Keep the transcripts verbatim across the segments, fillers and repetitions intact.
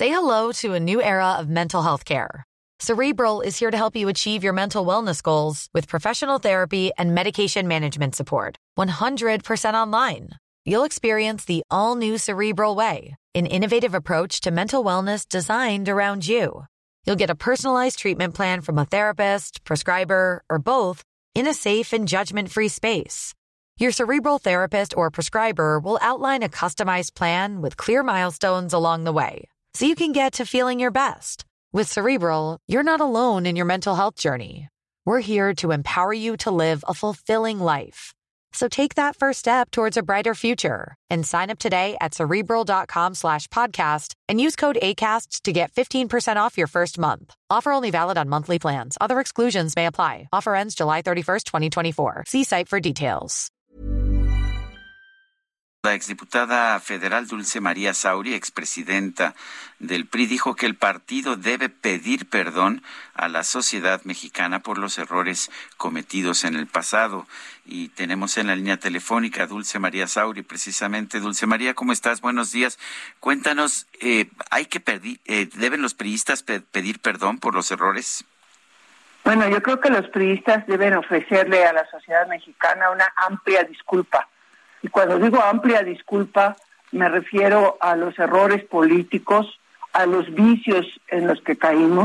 Say hello to a new era of mental health care. Cerebral is here to help you achieve your mental wellness goals with professional therapy and medication management support. one hundred percent online. You'll experience the all-new Cerebral Way, an innovative approach to mental wellness designed around you. You'll get a personalized treatment plan from a therapist, prescriber, or both in a safe and judgment-free space. Your Cerebral therapist or prescriber will outline a customized plan with clear milestones along the way, so you can get to feeling your best. With Cerebral, you're not alone in your mental health journey. We're here to empower you to live a fulfilling life. So take that first step towards a brighter future and sign up today at Cerebral.com slash podcast and use code ACAST to get fifteen percent off your first month. Offer only valid on monthly plans. Other exclusions may apply. Offer ends July thirty-first, twenty twenty-four. See site for details. La exdiputada federal Dulce María Sauri, expresidenta del P R I, dijo que el partido debe pedir perdón a la sociedad mexicana por los errores cometidos en el pasado. Y tenemos en la línea telefónica a Dulce María Sauri, precisamente. Dulce María, ¿cómo estás? Buenos días. Cuéntanos, eh, ¿hay que pedir, eh, deben los priistas pe- pedir perdón por los errores? Bueno, yo creo que los priistas deben ofrecerle a la sociedad mexicana una amplia disculpa. Y cuando digo amplia disculpa, me refiero a los errores políticos, a los vicios en los que caímos,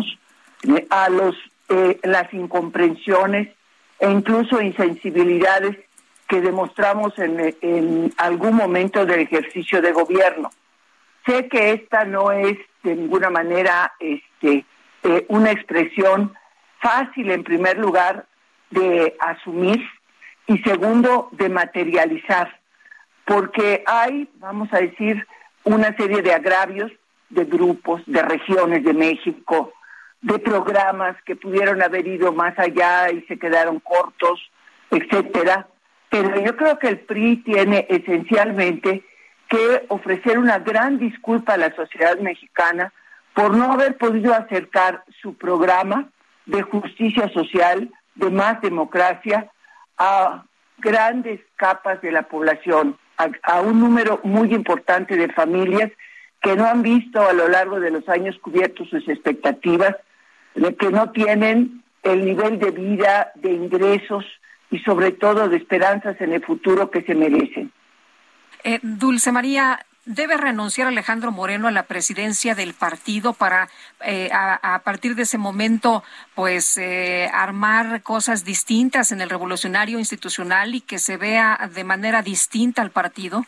a los eh, las incomprensiones e incluso insensibilidades que demostramos en, en algún momento del ejercicio de gobierno. Sé que esta no es de ninguna manera este, eh, una expresión fácil, en primer lugar, de asumir y segundo, de materializar. Porque hay, vamos a decir, una serie de agravios de grupos, de regiones de México, de programas que pudieron haber ido más allá y se quedaron cortos, etcétera. Pero yo creo que el P R I tiene esencialmente que ofrecer una gran disculpa a la sociedad mexicana por no haber podido acercar su programa de justicia social, de más democracia, a grandes capas de la población, a, a un número muy importante de familias que no han visto a lo largo de los años cubiertos sus expectativas, de que no tienen el nivel de vida, de ingresos y sobre todo de esperanzas en el futuro que se merecen. Eh, Dulce María, ¿debe renunciar Alejandro Moreno a la presidencia del partido para eh, a, a partir de ese momento pues eh, armar cosas distintas en el revolucionario institucional y que se vea de manera distinta al partido?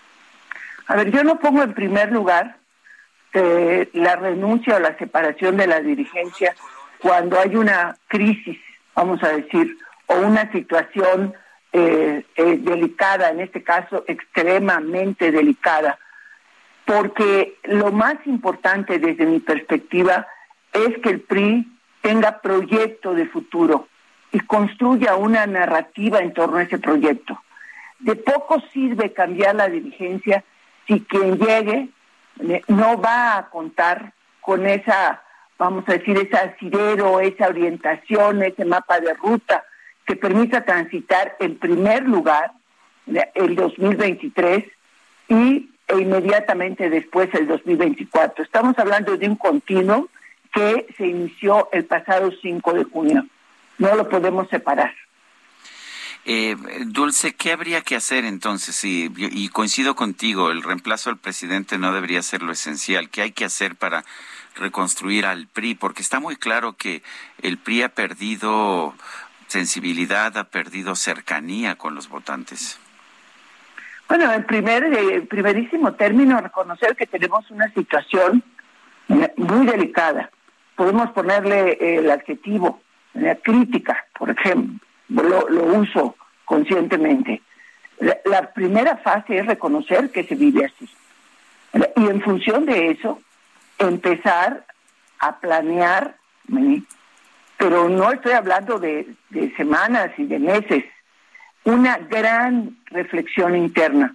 A ver, yo no pongo en primer lugar eh, la renuncia o la separación de la dirigencia cuando hay una crisis, vamos a decir, o una situación eh, eh, delicada, en este caso extremadamente delicada, porque lo más importante desde mi perspectiva es que el P R I tenga proyecto de futuro y construya una narrativa en torno a ese proyecto. De poco sirve cambiar la dirigencia si quien llegue no va a contar con esa, vamos a decir, ese asidero, esa orientación, ese mapa de ruta que permita transitar en primer lugar el dos mil veintitrés y e inmediatamente después el dos mil veinticuatro. Estamos hablando de un continuo que se inició el pasado cinco de junio. No lo podemos separar. Eh, Dulce, ¿qué habría que hacer entonces? Y, y coincido contigo, el reemplazo al presidente no debería ser lo esencial. ¿Qué hay que hacer para reconstruir al P R I? Porque está muy claro que el P R I ha perdido sensibilidad, ha perdido cercanía con los votantes. Bueno, en primer, en primerísimo término, reconocer que tenemos una situación muy delicada. Podemos ponerle el adjetivo, la crítica, por ejemplo. Lo, lo uso conscientemente. La, la primera fase es reconocer que se vive así. Y en función de eso, empezar a planear, pero no estoy hablando de, de semanas y de meses, una gran reflexión interna.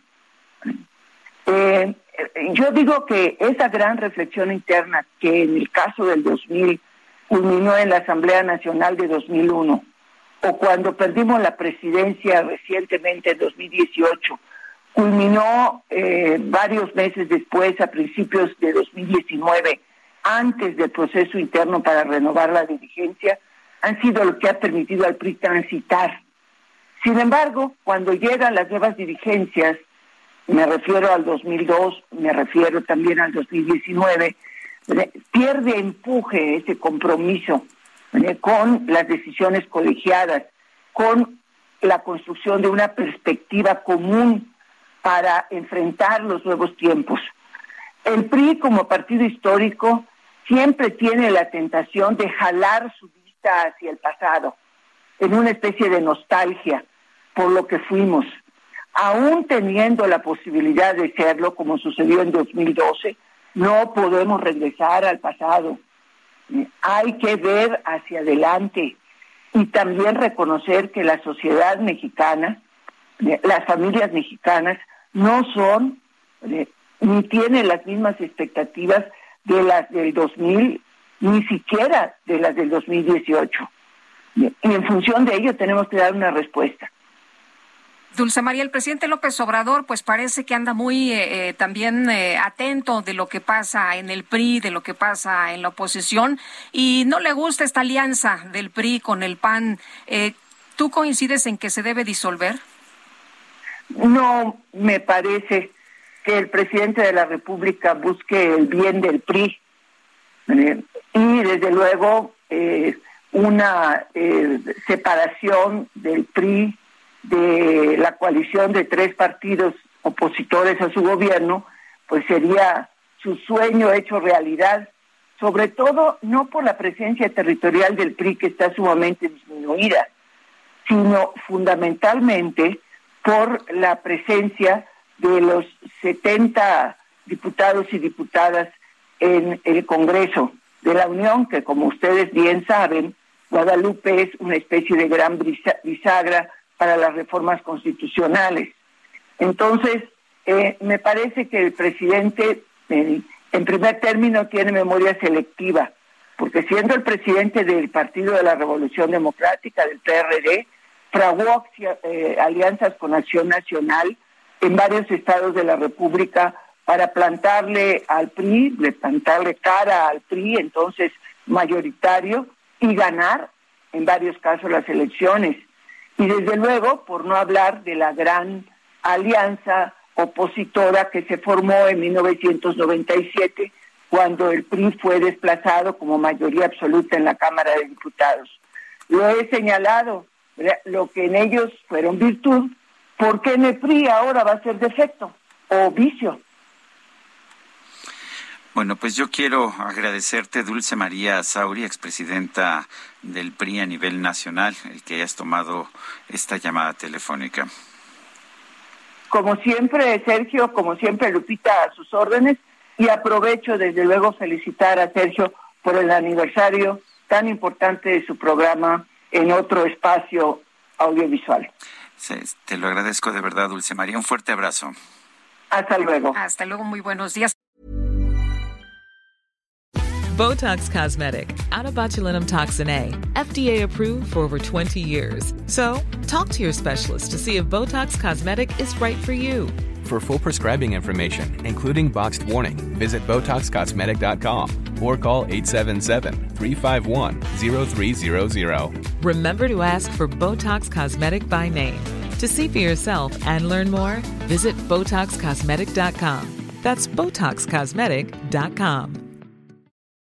Eh, yo digo que esa gran reflexión interna, que en el caso del dos mil culminó en la Asamblea Nacional de dos mil uno, o cuando perdimos la presidencia recientemente en dos mil dieciocho, culminó eh, varios meses después, a principios de dos mil diecinueve, antes del proceso interno para renovar la dirigencia, han sido lo que ha permitido al P R I transitar. Sin embargo, cuando llegan las nuevas dirigencias, me refiero al dos mil dos, me refiero también al dos mil diecinueve, pierde empuje ese compromiso ¿eh? con las decisiones colegiadas, con la construcción de una perspectiva común para enfrentar los nuevos tiempos. El P R I, como partido histórico, siempre tiene la tentación de jalar su vista hacia el pasado, en una especie de nostalgia por lo que fuimos. Aún teniendo la posibilidad de serlo, como sucedió en dos mil doce, no podemos regresar al pasado. Hay que ver hacia adelante y también reconocer que la sociedad mexicana, las familias mexicanas, no son ni tienen las mismas expectativas de las del dos mil, ni siquiera de las del dos mil dieciocho. Y en función de ello tenemos que dar una respuesta. Dulce María, el presidente López Obrador pues parece que anda muy eh, también eh, atento de lo que pasa en el P R I, de lo que pasa en la oposición, y no le gusta esta alianza del P R I con el P A N. Eh, ¿Tú coincides en que se debe disolver? No me parece que el presidente de la República busque el bien del P R I. Eh, y desde luego eh, una eh, separación del P R I de la coalición de tres partidos opositores a su gobierno, pues sería su sueño hecho realidad, sobre todo no por la presencia territorial del P R I, que está sumamente disminuida, sino fundamentalmente por la presencia de los setenta diputados y diputadas en el Congreso de la Unión, que como ustedes bien saben, Guadalupe es una especie de gran bisagra para las reformas constitucionales. Entonces, eh, me parece que el presidente, eh, en primer término, tiene memoria selectiva, porque siendo el presidente del Partido de la Revolución Democrática, del P R D, fraguó eh, alianzas con Acción Nacional en varios estados de la República para plantarle al P R I, le plantarle cara al P R I, entonces mayoritario, y ganar en varios casos las elecciones. Y desde luego, por no hablar de la gran alianza opositora que se formó en mil novecientos noventa y siete, cuando el P R I fue desplazado como mayoría absoluta en la Cámara de Diputados. Lo he señalado, lo que en ellos fueron virtud, ¿por qué en el P R I ahora va a ser defecto o vicio? Bueno, pues yo quiero agradecerte, Dulce María Sauri, expresidenta del P R I a nivel nacional, el que hayas tomado esta llamada telefónica. Como siempre, Sergio, como siempre, Lupita, a sus órdenes, y aprovecho desde luego felicitar a Sergio por el aniversario tan importante de su programa en otro espacio audiovisual. Sí, te lo agradezco de verdad, Dulce María. Un fuerte abrazo. Hasta luego. Hasta luego, muy buenos días. Botox Cosmetic, out of botulinum toxin A, F D A approved for over twenty years. So, talk to your specialist to see if Botox Cosmetic is right for you. For full prescribing information, including boxed warning, visit Botox Cosmetic dot com or call eight seven seven, three five one, zero three zero zero. Remember to ask for Botox Cosmetic by name. To see for yourself and learn more, visit Botox Cosmetic dot com. That's Botox Cosmetic dot com.